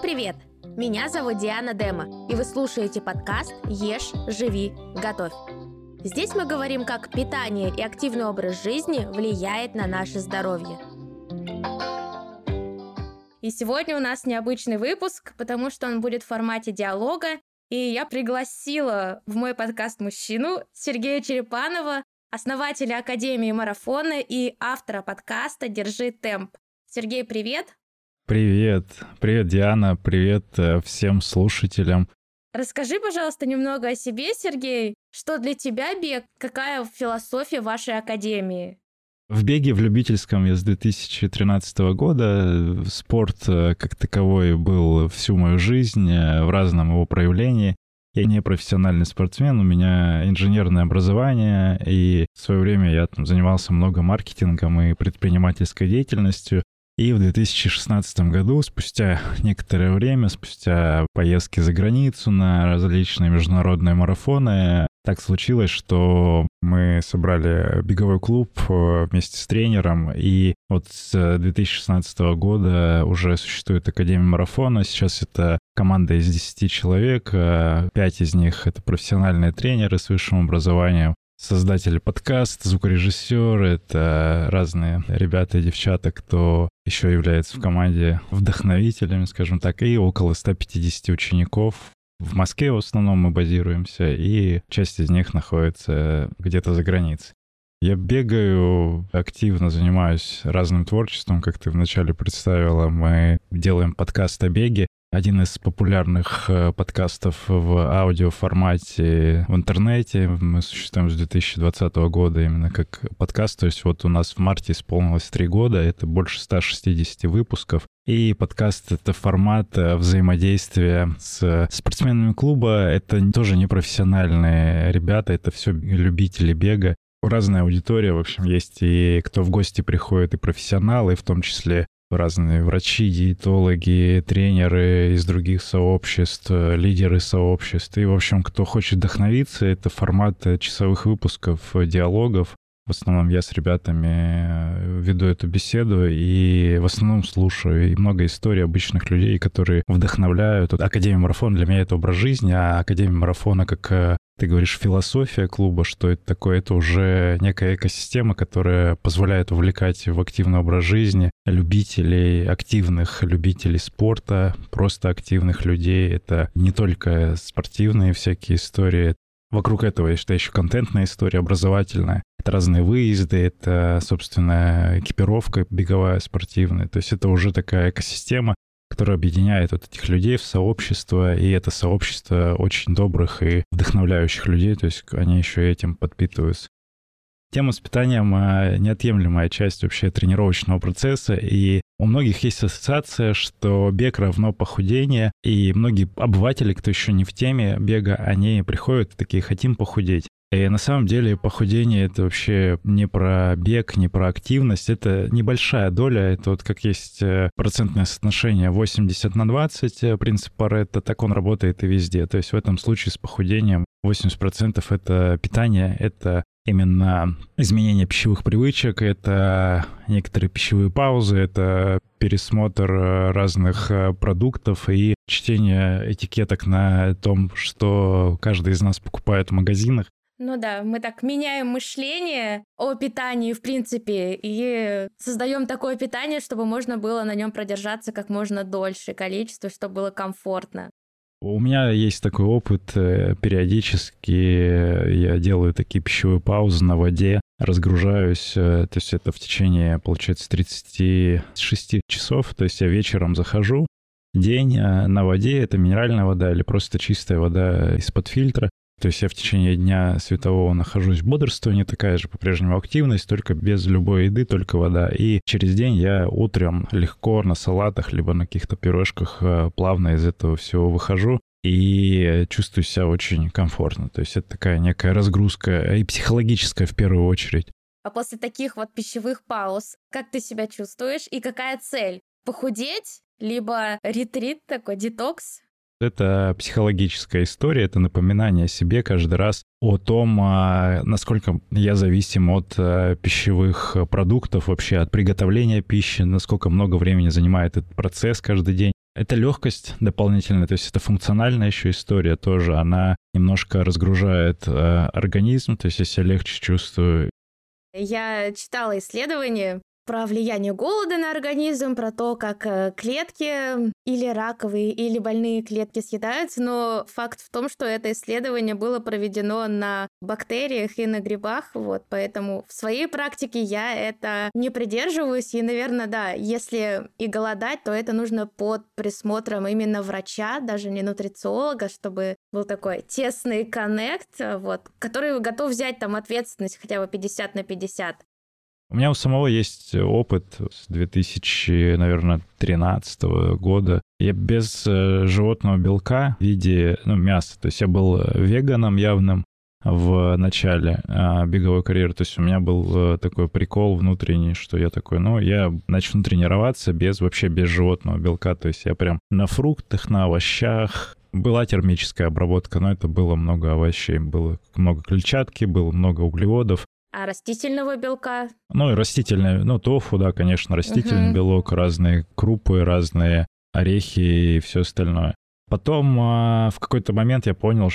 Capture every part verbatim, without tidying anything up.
привет! Меня зовут Диана Дема, и вы слушаете подкаст «Ешь, живи, готовь». Здесь мы говорим, как питание и активный образ жизни влияет на наше здоровье. И сегодня у нас необычный выпуск, потому что он будет в формате диалога, и я пригласила в мой подкаст мужчину Сергея Черепанова, основателя Академии марафона и автора подкаста «Держи темп». Сергей, привет! Привет! Привет, Диана! Привет всем слушателям! Расскажи, пожалуйста, немного о себе, Сергей. Что для тебя бег? Какая философия вашей академии? В беге в любительском я с две тысячи тринадцатого года. Спорт как таковой был всю мою жизнь в разном его проявлении. Я не профессиональный спортсмен, у меня инженерное образование, и в свое время я там занимался много маркетингом и предпринимательской деятельностью. И в две тысячи шестнадцатом году, спустя некоторое время, спустя поездки за границу на различные международные марафоны, так случилось, что мы собрали беговой клуб вместе с тренером, и вот с две тысячи шестнадцатого года уже существует Академия марафона. Сейчас это команда из десяти человек, пять из них — это профессиональные тренеры с высшим образованием, создатели подкаста, звукорежиссер, это разные ребята и девчата, кто еще является в команде вдохновителями, скажем так, и около ста пятидесяти учеников. В Москве в основном мы базируемся, и часть из них находится где-то за границей. Я бегаю, активно занимаюсь разным творчеством, как ты вначале представила. Мы делаем подкаст о беге. Один из популярных подкастов в аудиоформате в интернете. Мы существуем с две тысячи двадцатого года именно как подкаст. То есть вот у нас в марте исполнилось три года, это больше ста шестидесяти выпусков. И подкаст — это формат взаимодействия с спортсменами клуба. Это тоже не профессиональные ребята, это все любители бега. Разная аудитория, в общем, есть и кто в гости приходит, и профессионалы, в том числе разные врачи, диетологи, тренеры из других сообществ, лидеры сообществ. И, в общем, кто хочет вдохновиться, это формат часовых выпусков, диалогов. В основном я с ребятами веду эту беседу и в основном слушаю. И много историй обычных людей, которые вдохновляют. Академия марафона для меня — это образ жизни, а Академия марафона, как ты говоришь, философия клуба, что это такое, это уже некая экосистема, которая позволяет увлекать в активный образ жизни любителей, активных любителей спорта, просто активных людей. Это не только спортивные всякие истории. Вокруг этого, я считаю, еще контентная история, образовательная. Это разные выезды, это, собственно, экипировка беговая, спортивная. То есть это уже такая экосистема, которая объединяет вот этих людей в сообщество, и это сообщество очень добрых и вдохновляющих людей, то есть они еще и этим подпитываются. Тема с питанием — неотъемлемая часть вообще тренировочного процесса, и у многих есть ассоциация, что бег равно похудение, и многие обыватели, кто еще не в теме бега, они приходят и такие: хотим похудеть. И на самом деле похудение — это вообще не про бег, не про активность, это небольшая доля, это вот как есть процентное соотношение восемьдесят на двадцать, принцип Паретто, так он работает и везде. То есть в этом случае с похудением восемьдесят процентов это питание, это именно изменение пищевых привычек, это некоторые пищевые паузы, это пересмотр разных продуктов и чтение этикеток на том, что каждый из нас покупает в магазинах. Ну да, мы так меняем мышление о питании, в принципе, и создаем такое питание, чтобы можно было на нем продержаться как можно дольше количество, чтобы было комфортно. У меня есть такой опыт. Периодически я делаю такие пищевые паузы на воде, разгружаюсь. То есть это в течение, получается, тридцати шести часов. То есть я вечером захожу, день на воде, это минеральная вода или просто чистая вода из-под фильтра. То есть я в течение дня светового нахожусь в бодрствовании, такая же по-прежнему активность, только без любой еды, только вода. И через день я утром легко на салатах либо на каких-то пирожках плавно из этого всего выхожу и чувствую себя очень комфортно. То есть это такая некая разгрузка, и психологическая в первую очередь. А после таких вот пищевых пауз, как ты себя чувствуешь и какая цель? Похудеть, либо ретрит такой, детокс? Это психологическая история, это напоминание себе каждый раз о том, насколько я зависим от пищевых продуктов, вообще от приготовления пищи, насколько много времени занимает этот процесс каждый день. Это легкость дополнительная, то есть это функциональная еще история тоже. Она немножко разгружает э, организм, то есть я себя легче чувствую. Я читала исследования про влияние голода на организм, про то, как э, клетки или раковые, или больные клетки съедаются, но факт в том, что это исследование было проведено на бактериях и на грибах, вот, поэтому в своей практике я это не придерживаюсь, и, наверное, да, если и голодать, то это нужно под присмотром именно врача, даже не нутрициолога, чтобы был такой тесный коннект, вот, который готов взять там ответственность хотя бы пятьдесят на пятьдесят. У меня у самого есть опыт с две тысячи, наверное, тринадцатого года. Я без животного белка в виде, ну, мяса. То есть я был веганом явным в начале беговой карьеры. То есть у меня был такой прикол внутренний, что я такой, ну, я начну тренироваться без, вообще без животного белка. То есть я прям на фруктах, на овощах. Была термическая обработка, но это было много овощей. Было много клетчатки, было много углеводов. А растительного белка? Ну, и растительное, ну, тофу, да, конечно, растительный uh-huh. белок, разные крупы, разные орехи и все остальное. Потом а, в какой-то момент я понял,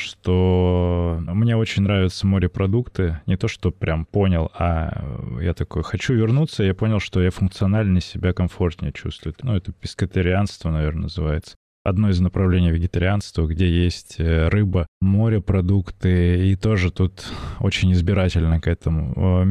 что мне очень нравятся морепродукты. Не то, что прям понял, а я такой, хочу вернуться. Я понял, что я функционально себя комфортнее чувствую. Ну, это пескотарианство, наверное, называется. Одно из направлений вегетарианства, где есть рыба, морепродукты, и тоже тут очень избирательно к этому.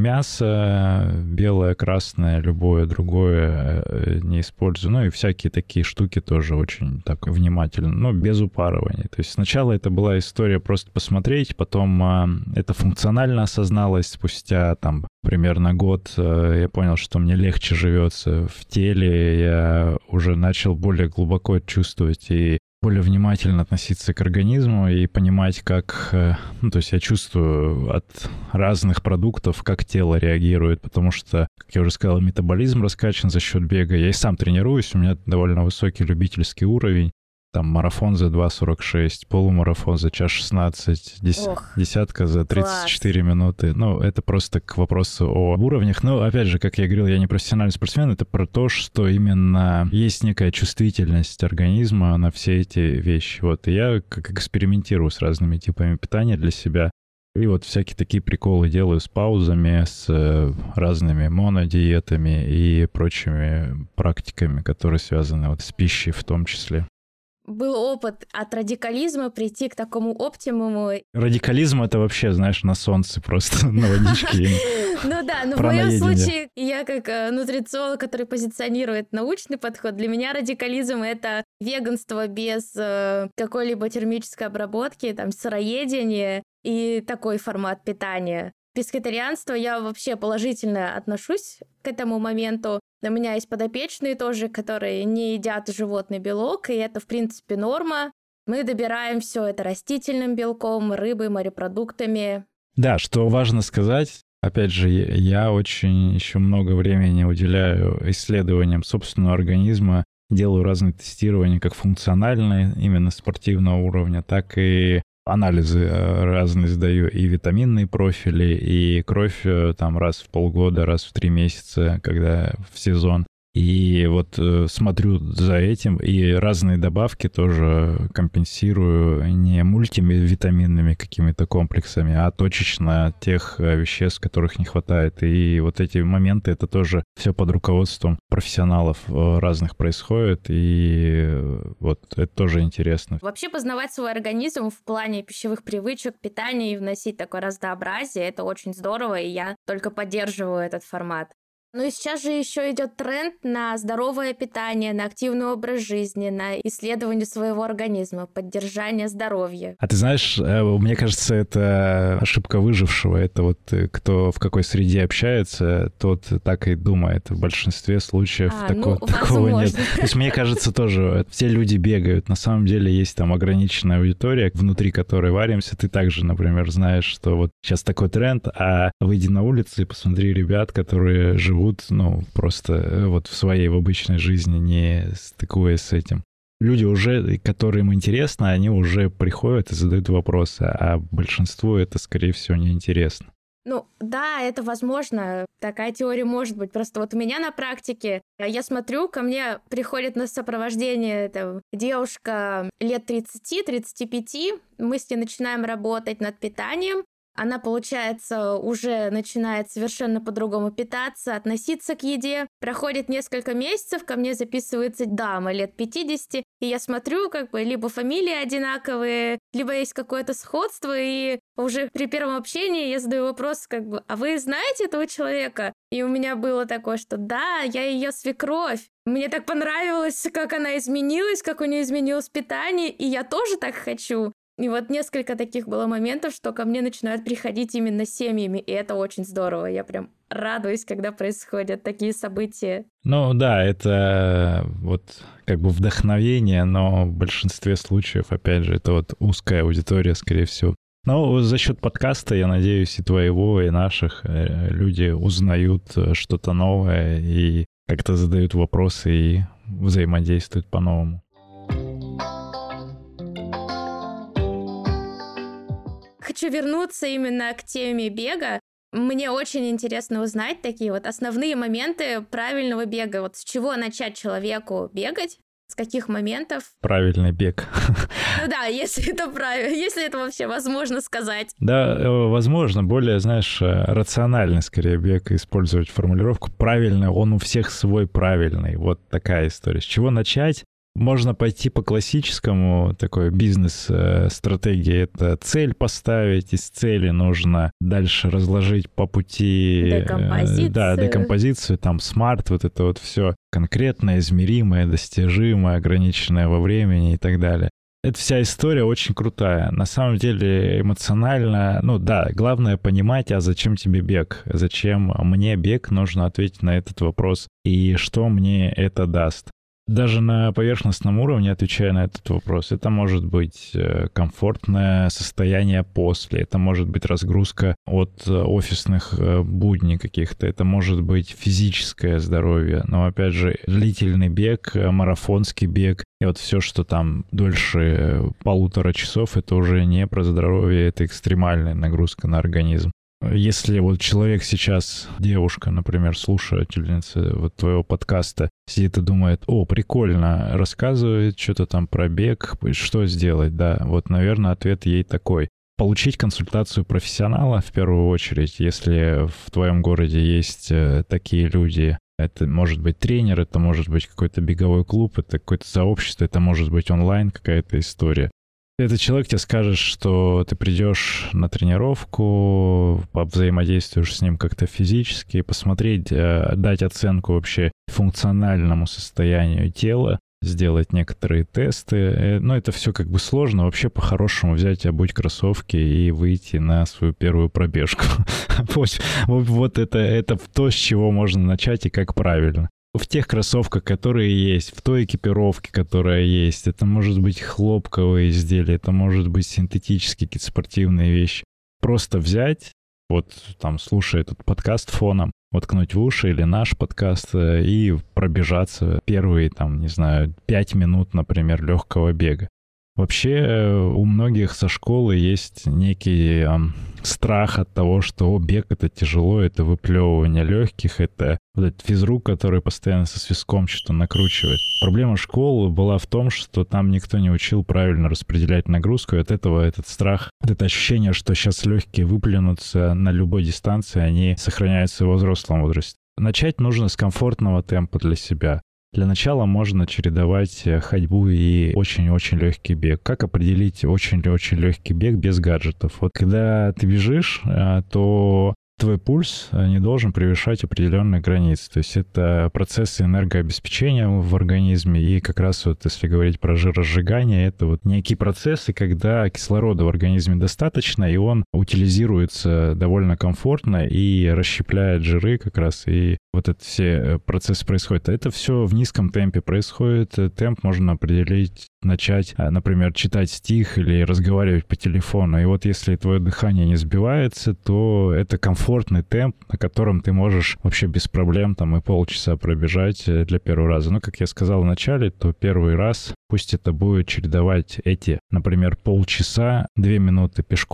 Мясо белое, красное, любое другое не использую. Ну и всякие такие штуки тоже очень так внимательно, но без упарывания. То есть сначала это была история просто посмотреть, потом это функционально осозналось спустя там примерно год. Я понял, что мне легче живется в теле, я уже начал более глубоко чувствовать и более внимательно относиться к организму и понимать, как... Ну, то есть я чувствую от разных продуктов, как тело реагирует, потому что, как я уже сказал, метаболизм раскачан за счет бега. Я и сам тренируюсь, у меня довольно высокий любительский уровень. Там марафон за два сорок шесть, полумарафон за час шестнадцать, дес... десятка за тридцать четыре Класс. Минуты. Ну, это просто к вопросу о уровнях. Но, опять же, как я говорил, я не профессиональный спортсмен, это про то, что именно есть некая чувствительность организма на все эти вещи. Вот, и я как экспериментирую с разными типами питания для себя. И вот всякие такие приколы делаю с паузами, с разными монодиетами и прочими практиками, которые связаны вот с пищей в том числе. Был опыт от радикализма прийти к такому оптимуму. Радикализм — это вообще, знаешь, на солнце просто, на водичке. Ну да, но в моем случае я как нутрициолог, который позиционирует научный подход, для меня радикализм — это веганство без какой-либо термической обработки, там, сыроедение и такой формат питания. Пескотарианство я вообще положительно отношусь к этому моменту. У меня есть подопечные тоже, которые не едят животный белок, и это, в принципе, норма. Мы добираем все это растительным белком, рыбой, морепродуктами. Да, что важно сказать, опять же, я очень еще много времени уделяю исследованиям собственного организма, делаю разные тестирования, как функциональные, именно спортивного уровня, так и анализы разные сдаю, и витаминные профили, и кровь там раз в полгода, раз в три месяца, когда в сезон. И вот э, смотрю за этим, и разные добавки тоже компенсирую не мультивитаминными какими-то комплексами, а точечно тех веществ, которых не хватает. И вот эти моменты, это тоже все под руководством профессионалов разных происходит, и вот это тоже интересно. Вообще познавать свой организм в плане пищевых привычек, питания и вносить такое разнообразие, это очень здорово, и я только поддерживаю этот формат. Ну и сейчас же еще идет тренд на здоровое питание, на активный образ жизни, на исследование своего организма, поддержание здоровья. А ты знаешь, мне кажется, это ошибка выжившего. Это вот кто в какой среде общается, тот так и думает. В большинстве случаев а, тако, ну, такого нет. То есть мне кажется тоже, все люди бегают. На самом деле есть там ограниченная аудитория, внутри которой варимся. Ты также, например, знаешь, что вот сейчас такой тренд, а выйди на улицу и посмотри ребят, которые живут ну, просто вот в своей, в обычной жизни, не стыкуясь с этим. Люди уже, которым интересно, они уже приходят и задают вопросы, а большинству это, скорее всего, неинтересно. Ну, да, это возможно, такая теория может быть. Просто вот у меня на практике, я смотрю, ко мне приходит на сопровождение там, девушка лет тридцати-тридцати пяти, мы с ней начинаем работать над питанием, она, получается, уже начинает совершенно по-другому питаться, относиться к еде. Проходит несколько месяцев, ко мне записывается дама лет пятидесяти, и я смотрю, как бы, либо фамилии одинаковые, либо есть какое-то сходство, и уже при первом общении я задаю вопрос, как бы, а вы знаете этого человека? И у меня было такое, что да, я ее свекровь. Мне так понравилось, как она изменилась, как у нее изменилось питание, и я тоже так хочу. И вот несколько таких было моментов, что ко мне начинают приходить именно семьями, и это очень здорово. Я прям радуюсь, когда происходят такие события. Ну да, это вот как бы вдохновение, но в большинстве случаев, опять же, это вот узкая аудитория, скорее всего. Но за счет подкаста, я надеюсь, и твоего, и наших, люди узнают что-то новое и как-то задают вопросы и взаимодействуют по-новому. Хочу вернуться именно к теме бега. Мне очень интересно узнать такие вот основные моменты правильного бега. Вот с чего начать человеку бегать? С каких моментов? Правильный бег. Ну да, если это правильно, если это вообще возможно сказать. Да, возможно, более, знаешь, рациональный скорее бег, использовать формулировку. Правильный, он у всех свой правильный. Вот такая история. С чего начать? Можно пойти по классическому, такой бизнес-стратегии. Это цель поставить, из цели нужно дальше разложить по пути... Декомпозицию. Да, декомпозицию, там смарт, вот это вот все конкретное, измеримое, достижимое, ограниченное во времени и так далее. Эта вся история очень крутая. На самом деле эмоционально, ну да, главное понимать, а зачем тебе бег? Зачем мне бег? Нужно ответить на этот вопрос. И что мне это даст? Даже на поверхностном уровне, отвечая на этот вопрос, это может быть комфортное состояние после, это может быть разгрузка от офисных будней каких-то, это может быть физическое здоровье, но, опять же, длительный бег, марафонский бег, и вот все, что там дольше полутора часов, это уже не про здоровье, это экстремальная нагрузка на организм. Если вот человек сейчас, девушка, например, слушательница вот твоего подкаста, сидит и думает, о, прикольно, рассказывает что-то там про бег, что сделать, да, вот, наверное, ответ ей такой. Получить консультацию профессионала в первую очередь, если в твоем городе есть такие люди. Это может быть тренер, это может быть какой-то беговой клуб, это какое-то сообщество, это может быть онлайн какая-то история. Этот человек тебе скажет, что ты придешь на тренировку, взаимодействуешь с ним как-то физически, посмотреть, дать оценку вообще функциональному состоянию тела, сделать некоторые тесты. Но это все как бы сложно. Вообще по-хорошему взять, обуть кроссовки и выйти на свою первую пробежку. Вот это, это то, с чего можно начать и как правильно. В тех кроссовках, которые есть, в той экипировке, которая есть, это может быть хлопковые изделия, это может быть синтетические какие-то спортивные вещи. Просто взять, вот там, слушая этот подкаст фоном, воткнуть в уши или наш подкаст и пробежаться первые, там, не знаю, пять минут, например, легкого бега. Вообще у многих со школы есть некий э, страх от того, что о, бег — это тяжело, это выплевывание легких, это вот этот физрук, который постоянно со свистком что-то накручивает. Проблема школы была в том, что там никто не учил правильно распределять нагрузку, и от этого этот страх, вот это ощущение, что сейчас легкие выплюнутся на любой дистанции, они сохраняются во взрослом возрасте. Начать нужно с комфортного темпа для себя. Для начала можно чередовать ходьбу и очень-очень легкий бег. Как определить очень-очень легкий бег без гаджетов? Вот когда ты бежишь, то твой пульс не должен превышать определенные границы. То есть это процессы энергообеспечения в организме. И как раз вот если говорить про жиросжигание, это вот некие процессы, когда кислорода в организме достаточно, и он утилизируется довольно комфортно и расщепляет жиры как раз. И вот эти все процессы происходят. Это все в низком темпе происходит. Темп можно определить, начать, например, читать стих или разговаривать по телефону. И вот если твое дыхание не сбивается, то это комфортный темп, на котором ты можешь вообще без проблем там и полчаса пробежать для первого раза. Но, как я сказал в начале, то первый раз пусть это будет чередовать эти, например, полчаса, две минуты пешком,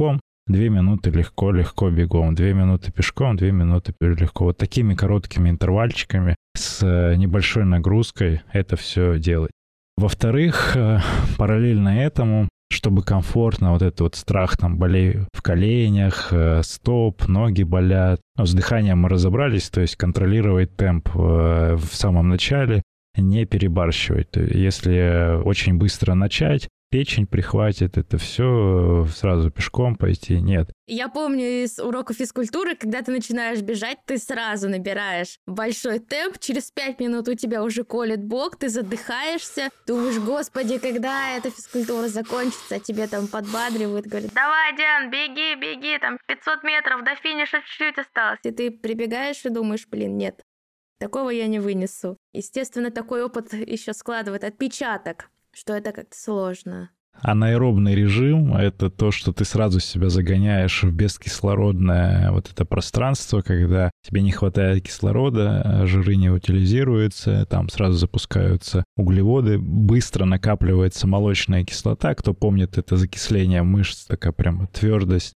Две минуты легко-легко бегом, две минуты пешком, две минуты легко. Вот такими короткими интервальчиками с небольшой нагрузкой это все делать. Во-вторых, параллельно этому, чтобы комфортно, вот этот вот страх, там, болей в коленях, стоп, ноги болят. Но с дыханием мы разобрались, то есть контролировать темп в самом начале, не перебарщивать. Если очень быстро начать, печень прихватит, это все сразу пешком пойти, нет. Я помню из урока физкультуры, когда ты начинаешь бежать, ты сразу набираешь большой темп, через пять минут у тебя уже колет бок, ты задыхаешься, думаешь, господи, когда эта физкультура закончится, а тебе там подбадривают, говорят, давай, Диан, беги, беги, там пятьсот метров, до финиша чуть-чуть осталось. И ты прибегаешь и думаешь, блин, нет, такого я не вынесу. Естественно, такой опыт еще складывает отпечаток, что это как-то сложно. Анаэробный режим — это то, что ты сразу себя загоняешь в бескислородное вот это пространство, когда тебе не хватает кислорода, жиры не утилизируются, там сразу запускаются углеводы, быстро накапливается молочная кислота. Кто помнит, это закисление мышц, такая прям твердость.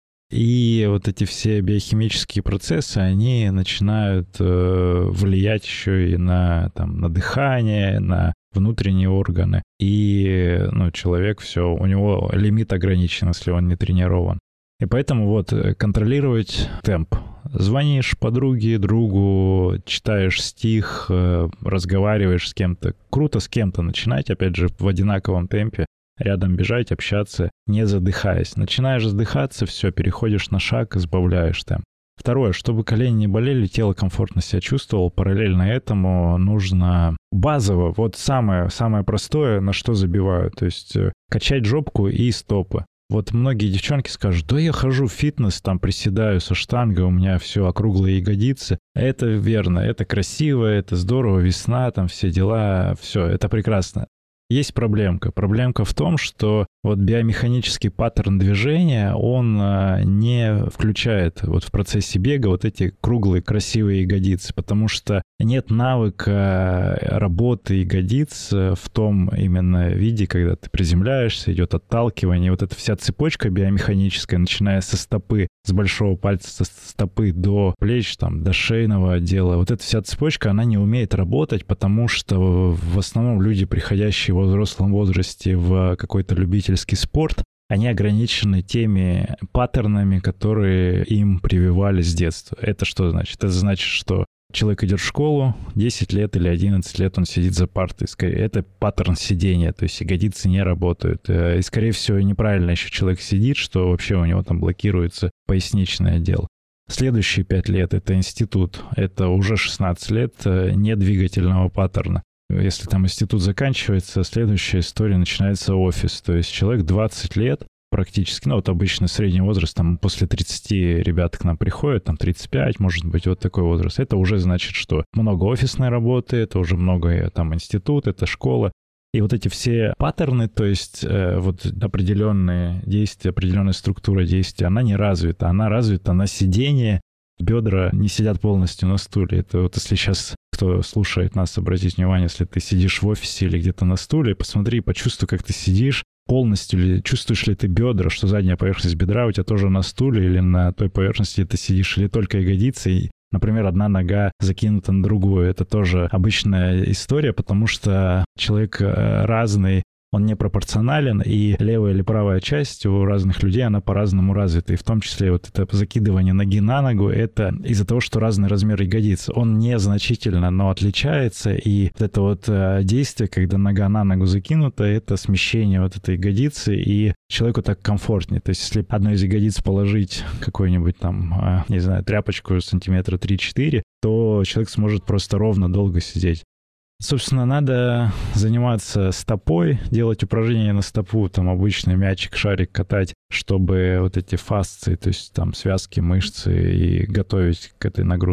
И вот эти все биохимические процессы, они начинают э, влиять еще и на, там, на дыхание, на внутренние органы. И ну, человек все, у него лимит ограничен, если он не тренирован. И поэтому вот контролировать темп. Звонишь подруге, другу, читаешь стих, э, разговариваешь с кем-то. Круто с кем-то начинать, опять же, в одинаковом темпе. Рядом бежать, общаться, не задыхаясь. Начинаешь задыхаться, все, переходишь на шаг, сбавляешь темп. Второе, чтобы колени не болели, тело комфортно себя чувствовало, параллельно этому нужно базово, вот самое, самое простое, на что забивают, то есть качать жопку и стопы. Вот многие девчонки скажут, да я хожу в фитнес, там приседаю со штангой, у меня все округлые ягодицы. Это верно, это красиво, это здорово, весна, там все дела, все, это прекрасно. Есть проблемка. Проблемка в том, что вот биомеханический паттерн движения, он не включает вот в процессе бега вот эти круглые красивые ягодицы, потому что нет навыка работы ягодиц в том именно виде, когда ты приземляешься, идет отталкивание. Вот эта вся цепочка биомеханическая, начиная со стопы, с большого пальца, со стопы до плеч, там, до шейного отдела. Вот эта вся цепочка, она не умеет работать, потому что в основном люди, приходящие во взрослом возрасте в какой-то любительский спорт, они ограничены теми паттернами, которые им прививали с детства. Это что значит? Это значит, что человек идет в школу, десять лет или одиннадцать лет он сидит за партой. Это паттерн сидения, то есть ягодицы не работают. И, скорее всего, неправильно еще человек сидит, что вообще у него там блокируется поясничный отдел. Следующие пять лет — это институт, это уже шестнадцать лет недвигательного паттерна. Если там институт заканчивается, следующая история начинается офис. То есть человек двадцать лет практически, ну вот обычно средний возраст, там после тридцати ребята к нам приходят, там тридцать пять, может быть, вот такой возраст. Это уже значит, что много офисной работы, это уже много там институт, это школа. И вот эти все паттерны, то есть э, вот определенные действия, определенная структура действия, она не развита. Она развита на сидении, бедра не сидят полностью на стуле. Это вот если сейчас кто слушает нас, обратите внимание, если ты сидишь в офисе или где-то на стуле, посмотри, почувствуй, как ты сидишь полностью, ли, чувствуешь ли ты бедра, что задняя поверхность бедра у тебя тоже на стуле или на той поверхности, где ты сидишь, или только ягодицы, и, например, одна нога закинута на другую. Это тоже обычная история, потому что человек разный, он непропорционален, и левая или правая часть у разных людей, она по-разному развита. И в том числе вот это закидывание ноги на ногу, это из-за того, что разный размер ягодиц. Он незначительно, но отличается. И вот это вот действие, когда нога на ногу закинута, это смещение вот этой ягодицы, и человеку так комфортнее. То есть если одной из ягодиц положить какую-нибудь там, не знаю, тряпочку сантиметра три-четыре, то человек сможет просто ровно долго сидеть. Собственно, надо заниматься стопой, делать упражнения на стопу, там обычный мячик, шарик катать, чтобы вот эти фасции, то есть там связки, мышцы, и готовить к этой нагрузке.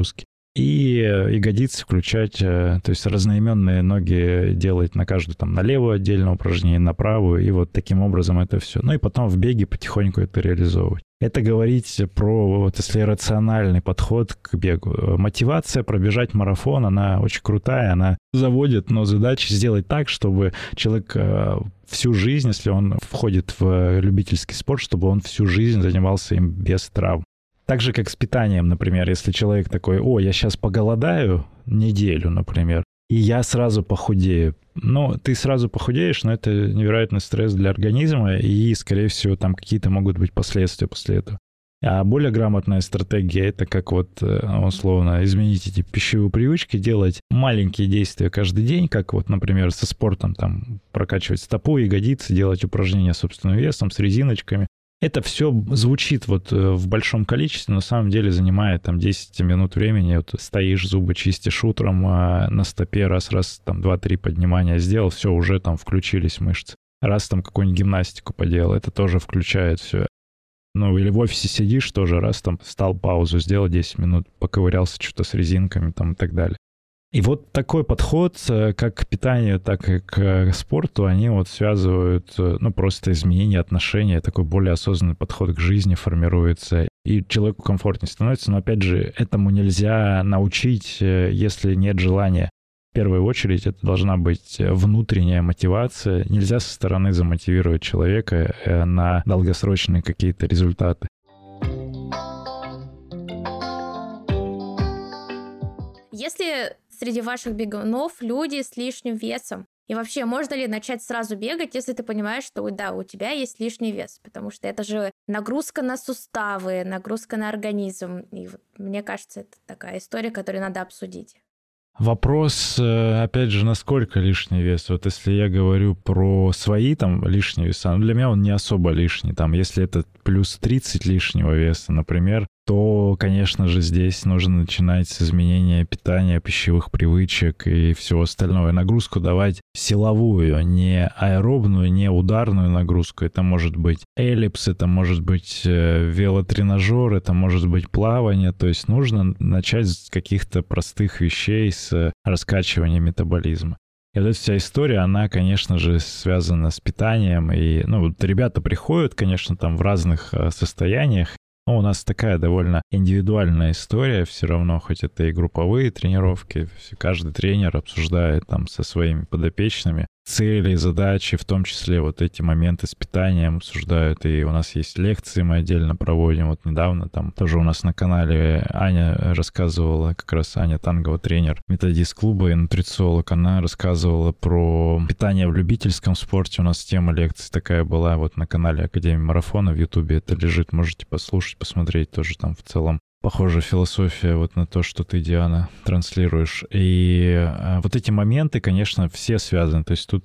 И ягодицы включать, то есть разноименные ноги делать на каждую, там, на левую отдельное упражнение, на правую, и вот таким образом это все. Ну и потом в беге потихоньку это реализовывать. Это говорить про, вот если рациональный подход к бегу. Мотивация пробежать марафон, она очень крутая, она заводит, но задача сделать так, чтобы человек всю жизнь, если он входит в любительский спорт, чтобы он всю жизнь занимался им без травм. Так же, как с питанием, например, если человек такой: о, я сейчас поголодаю неделю, например, и я сразу похудею. Ну, ты сразу похудеешь, но это невероятный стресс для организма, и, скорее всего, там какие-то могут быть последствия после этого. А более грамотная стратегия — это как вот, условно, изменить эти пищевые привычки, делать маленькие действия каждый день, как вот, например, со спортом, там, прокачивать стопу, ягодицы, делать упражнения собственным весом, с резиночками. Это все звучит вот в большом количестве, но на самом деле занимает там десять минут времени. Вот стоишь, зубы чистишь утром, а на стопе раз-раз там два-три поднимания сделал, все, уже там включились мышцы. Раз там какую-нибудь гимнастику поделал, это тоже включает все. Ну, или в офисе сидишь, тоже раз там встал, паузу сделал десять минут, поковырялся что-то с резинками там и так далее. И вот такой подход как к питанию, так и к спорту, они вот связывают, ну, просто изменение отношения, такой более осознанный подход к жизни формируется, и человеку комфортнее становится. Но, опять же, этому нельзя научить, если нет желания. В первую очередь это должна быть внутренняя мотивация. Нельзя со стороны замотивировать человека на долгосрочные какие-то результаты. Если среди ваших бегунов люди с лишним весом, и вообще, можно ли начать сразу бегать, если ты понимаешь, что да, у тебя есть лишний вес, потому что это же нагрузка на суставы, нагрузка на организм, и вот, мне кажется, это такая история, которую надо обсудить. Вопрос, опять же, насколько лишний вес. Вот если я говорю про свои там лишние веса, ну, для меня он не особо лишний. Там, если это плюс тридцать лишнего веса, например, то, конечно же, здесь нужно начинать с изменения питания, пищевых привычек и всего остального. И нагрузку давать силовую, не аэробную, не ударную нагрузку. Это может быть эллипс, это может быть велотренажер, это может быть плавание. То есть нужно начать с каких-то простых вещей, с раскачивания метаболизма. И вот эта вся история, она, конечно же, связана с питанием. И, ну, вот ребята приходят, конечно, там в разных состояниях. Но у нас такая довольно индивидуальная история все равно, хоть это и групповые тренировки. Каждый тренер обсуждает там со своими подопечными цели, задачи, в том числе вот эти моменты с питанием обсуждают. И у нас есть лекции, мы отдельно проводим. Вот недавно там тоже у нас на канале Аня рассказывала, как раз Аня Тангова, тренер, методист клуба и нутрициолог, она рассказывала про питание в любительском спорте. У нас тема лекции такая была вот на канале Академии Марафона в Ютубе. Это лежит, можете послушать, посмотреть, тоже там в целом похожая философия вот на то, что ты, Диана, транслируешь. И а, вот эти моменты, конечно, все связаны. То есть тут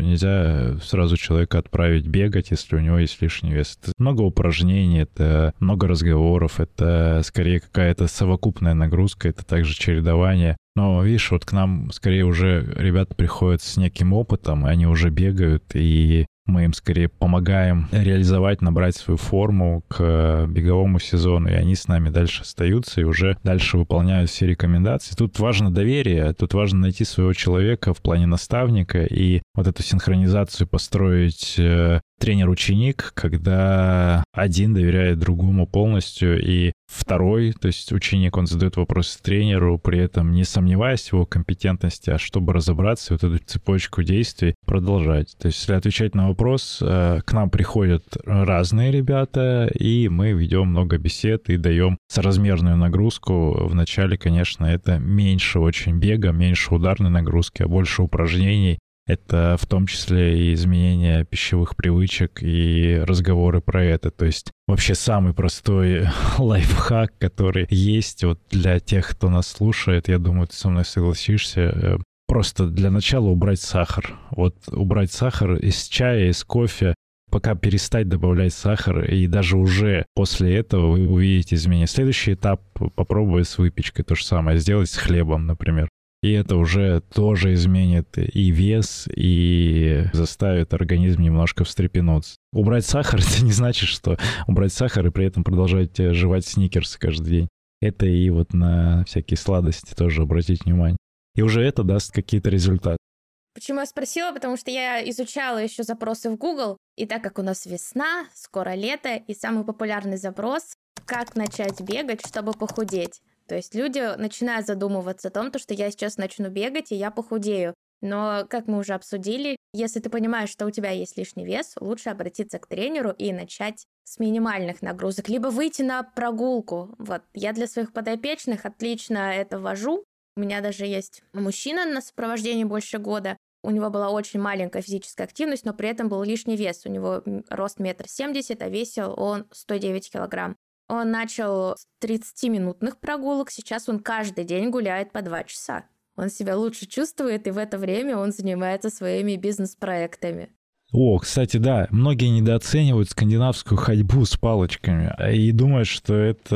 нельзя сразу человека отправить бегать, если у него есть лишний вес. Это много упражнений, это много разговоров, это скорее какая-то совокупная нагрузка, это также чередование. Но, видишь, вот к нам скорее уже ребята приходят с неким опытом, и они уже бегают, и мы им скорее помогаем реализовать, набрать свою форму к беговому сезону, и они с нами дальше остаются и уже дальше выполняют все рекомендации. Тут важно доверие, тут важно найти своего человека в плане наставника и вот эту синхронизацию построить тренер-ученик, когда один доверяет другому полностью, и второй, то есть ученик, он задает вопросы тренеру, при этом не сомневаясь в его компетентности, а чтобы разобраться, вот эту цепочку действий продолжать. То есть если отвечать на вопрос, к нам приходят разные ребята, и мы ведем много бесед и даем соразмерную нагрузку. Вначале, конечно, это меньше очень бега, меньше ударной нагрузки, а больше упражнений. Это в том числе и изменение пищевых привычек и разговоры про это. То есть вообще самый простой лайфхак, который есть вот для тех, кто нас слушает, я думаю, ты со мной согласишься, просто для начала убрать сахар. Вот убрать сахар из чая, из кофе, пока перестать добавлять сахар, и даже уже после этого вы увидите изменения. Следующий этап — попробовать с выпечкой то же самое, сделать с хлебом, например. И это уже тоже изменит и вес, и заставит организм немножко встрепенуться. Убрать сахар — это не значит, что убрать сахар и при этом продолжать жевать сникерсы каждый день. Это и вот на всякие сладости тоже обратить внимание. И уже это даст какие-то результаты. Почему я спросила? Потому что я изучала еще запросы в Google, и так как у нас весна, скоро лето, и самый популярный запрос — как начать бегать, чтобы похудеть. То есть люди начинают задумываться о том, что я сейчас начну бегать, и я похудею. Но, как мы уже обсудили, если ты понимаешь, что у тебя есть лишний вес, лучше обратиться к тренеру и начать с минимальных нагрузок, либо выйти на прогулку. Вот, я для своих подопечных отлично это ввожу. У меня даже есть мужчина на сопровождении больше года. У него была очень маленькая физическая активность, но при этом был лишний вес. У него рост метр семьдесят, а весил он сто девять килограмм. Он начал с тридцатиминутных прогулок, сейчас он каждый день гуляет по два часа. Он себя лучше чувствует, и в это время он занимается своими бизнес-проектами. О, кстати, да, многие недооценивают скандинавскую ходьбу с палочками и думают, что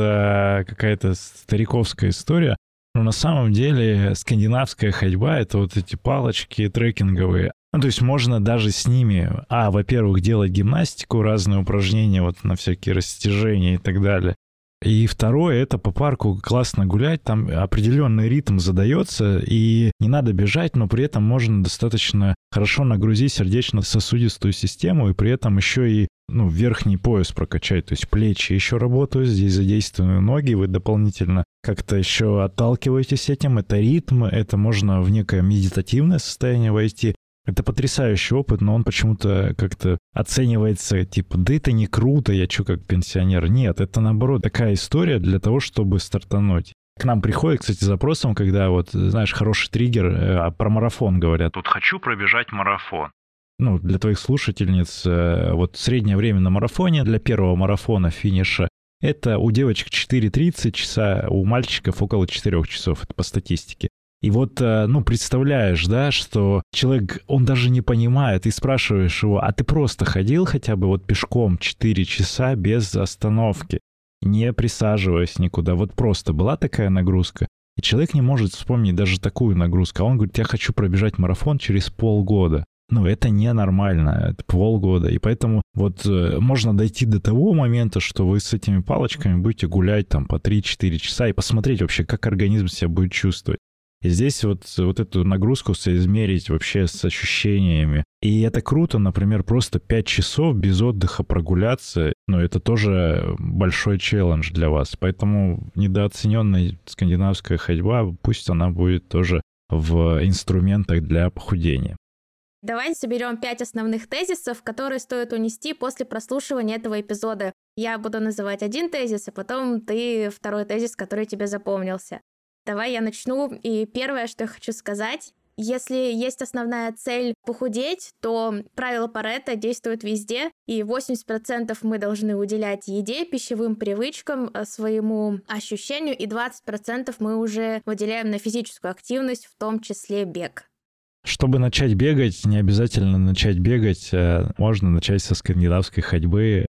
это какая-то стариковская история. Но на самом деле скандинавская ходьба — это вот эти палочки трекинговые. Ну, то есть можно даже с ними, а, во-первых, делать гимнастику, разные упражнения вот на всякие растяжения и так далее. И второе — это по парку классно гулять, там определенный ритм задается, и не надо бежать, но при этом можно достаточно хорошо нагрузить сердечно-сосудистую систему, и при этом еще и ну, верхний пояс прокачать, то есть плечи еще работают, здесь задействованы ноги, вы дополнительно как-то еще отталкиваетесь этим, это ритм, это можно в некое медитативное состояние войти. Это потрясающий опыт, но он почему-то как-то оценивается, типа, да это не круто, я чё как пенсионер. Нет, это наоборот такая история для того, чтобы стартануть. К нам приходят, кстати, запросом, когда вот, знаешь, хороший триггер, а про марафон говорят. Тут хочу пробежать марафон. Ну, для твоих слушательниц, вот среднее время на марафоне для первого марафона финиша это у девочек четыре тридцать часа, у мальчиков около четырех часов, это по статистике. И вот, ну, представляешь, да, что человек, он даже не понимает, и спрашиваешь его, а ты просто ходил хотя бы вот пешком четыре часа без остановки, не присаживаясь никуда, вот просто была такая нагрузка? И человек не может вспомнить даже такую нагрузку, а он говорит, я хочу пробежать марафон через полгода. Ну, это ненормально, это полгода, и поэтому вот можно дойти до того момента, что вы с этими палочками будете гулять там по три-четыре часа и посмотреть вообще, как организм себя будет чувствовать. И здесь вот, вот эту нагрузку соизмерить вообще с ощущениями. И это круто, например, просто пять часов без отдыха прогуляться, но это тоже большой челлендж для вас. Поэтому недооцененная скандинавская ходьба, пусть она будет тоже в инструментах для похудения. Давай соберем пять основных тезисов, которые стоит унести после прослушивания этого эпизода. Я буду называть один тезис, а потом ты второй тезис, который тебе запомнился. Давай я начну. И первое, что я хочу сказать, если есть основная цель похудеть, то правило Парето действует везде, и восемьдесят процентов мы должны уделять еде, пищевым привычкам, своему ощущению, и двадцать процентов мы уже выделяем на физическую активность, в том числе бег. Чтобы начать бегать, не обязательно начать бегать, можно начать со скандинавской ходьбы.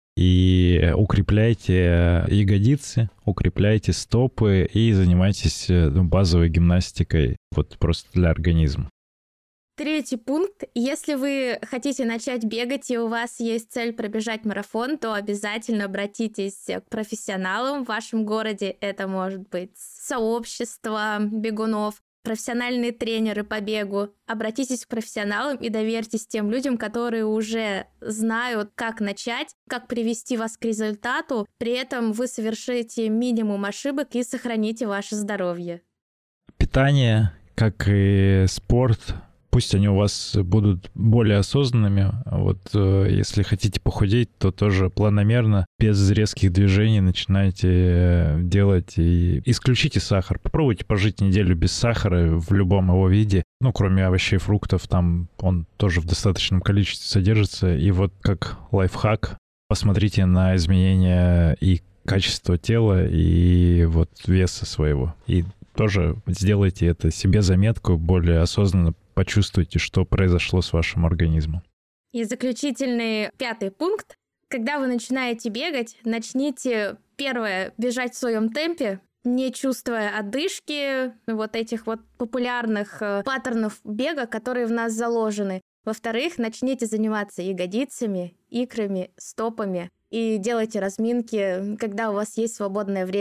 И укрепляйте ягодицы, укрепляйте стопы и занимайтесь ну, базовой гимнастикой, вот просто для организма. Третий пункт. Если вы хотите начать бегать и у вас есть цель пробежать марафон, то обязательно обратитесь к профессионалам в вашем городе. Это может быть сообщество бегунов, профессиональные тренеры по бегу. Обратитесь к профессионалам и доверьтесь тем людям, которые уже знают, как начать, как привести вас к результату. При этом вы совершите минимум ошибок и сохраните ваше здоровье. Питание, как и спорт, пусть они у вас будут более осознанными. Вот если хотите похудеть, то тоже планомерно, без резких движений начинайте делать и исключите сахар. Попробуйте пожить неделю без сахара в любом его виде. Ну, кроме овощей и фруктов, там он тоже в достаточном количестве содержится. И вот как лайфхак, посмотрите на изменения и качества тела, и вот веса своего. И тоже сделайте это себе заметку, более осознанно почувствуйте, что произошло с вашим организмом. И заключительный пятый пункт. Когда вы начинаете бегать, начните, первое, бежать в своем темпе, не чувствуя одышки, вот этих вот популярных э, паттернов бега, которые в нас заложены. Во-вторых, начните заниматься ягодицами, икрами, стопами и делайте разминки, когда у вас есть свободное время.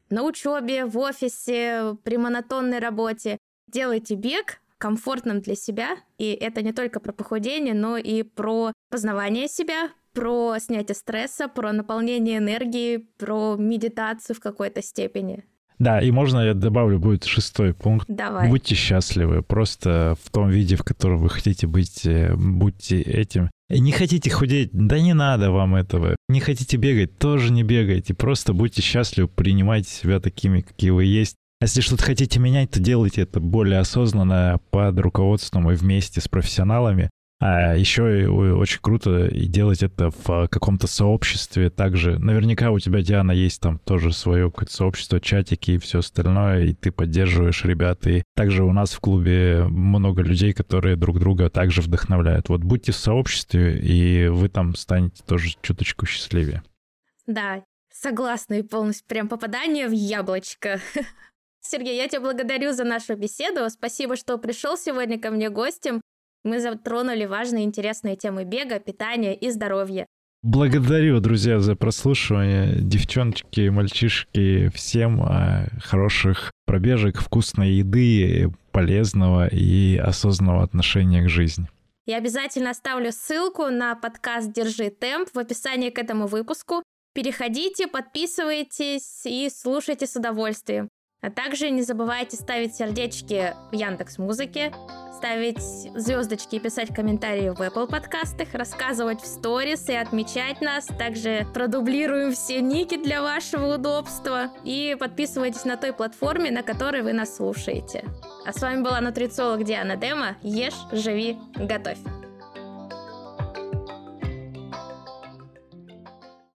на учебе, в офисе, при монотонной работе. Делайте бег комфортным для себя, и это не только про похудение, но и про познавание себя, про снятие стресса, про наполнение энергии, про медитацию в какой-то степени. Да, и можно я добавлю, будет шестой пункт. Давай. Будьте счастливы, просто в том виде, в котором вы хотите быть, будьте этим. И не хотите худеть, да не надо вам этого. Не хотите бегать, тоже не бегайте, просто будьте счастливы, принимайте себя такими, какие вы есть. А если что-то хотите менять, то делайте это более осознанно, под руководством и вместе с профессионалами. А еще и очень круто и делать это в каком-то сообществе. Также наверняка у тебя, Диана, есть там тоже свое какое-то сообщество, чатики и все остальное, и ты поддерживаешь ребят. И также у нас в клубе много людей, которые друг друга также вдохновляют. Вот будьте в сообществе, и вы там станете тоже чуточку счастливее. Да, согласна, и полностью прям попадание в яблочко. Сергей, я тебя благодарю за нашу беседу. Спасибо, что пришел сегодня ко мне гостем. Мы затронули важные и интересные темы бега, питания и здоровья. Благодарю, друзья, за прослушивание. Девчоночки, мальчишки, всем хороших пробежек, вкусной еды, полезного и осознанного отношения к жизни. Я обязательно оставлю ссылку на подкаст «Держи темп» в описании к этому выпуску. Переходите, подписывайтесь и слушайте с удовольствием. А также не забывайте ставить сердечки в Яндекс.Музыке, ставить звездочки и писать комментарии в Apple подкастах, рассказывать в сторис и отмечать нас. Также продублируем все ники для вашего удобства. И подписывайтесь на той платформе, на которой вы нас слушаете. А с вами была нутрициолог Диана Дема. Ешь, живи, готовь.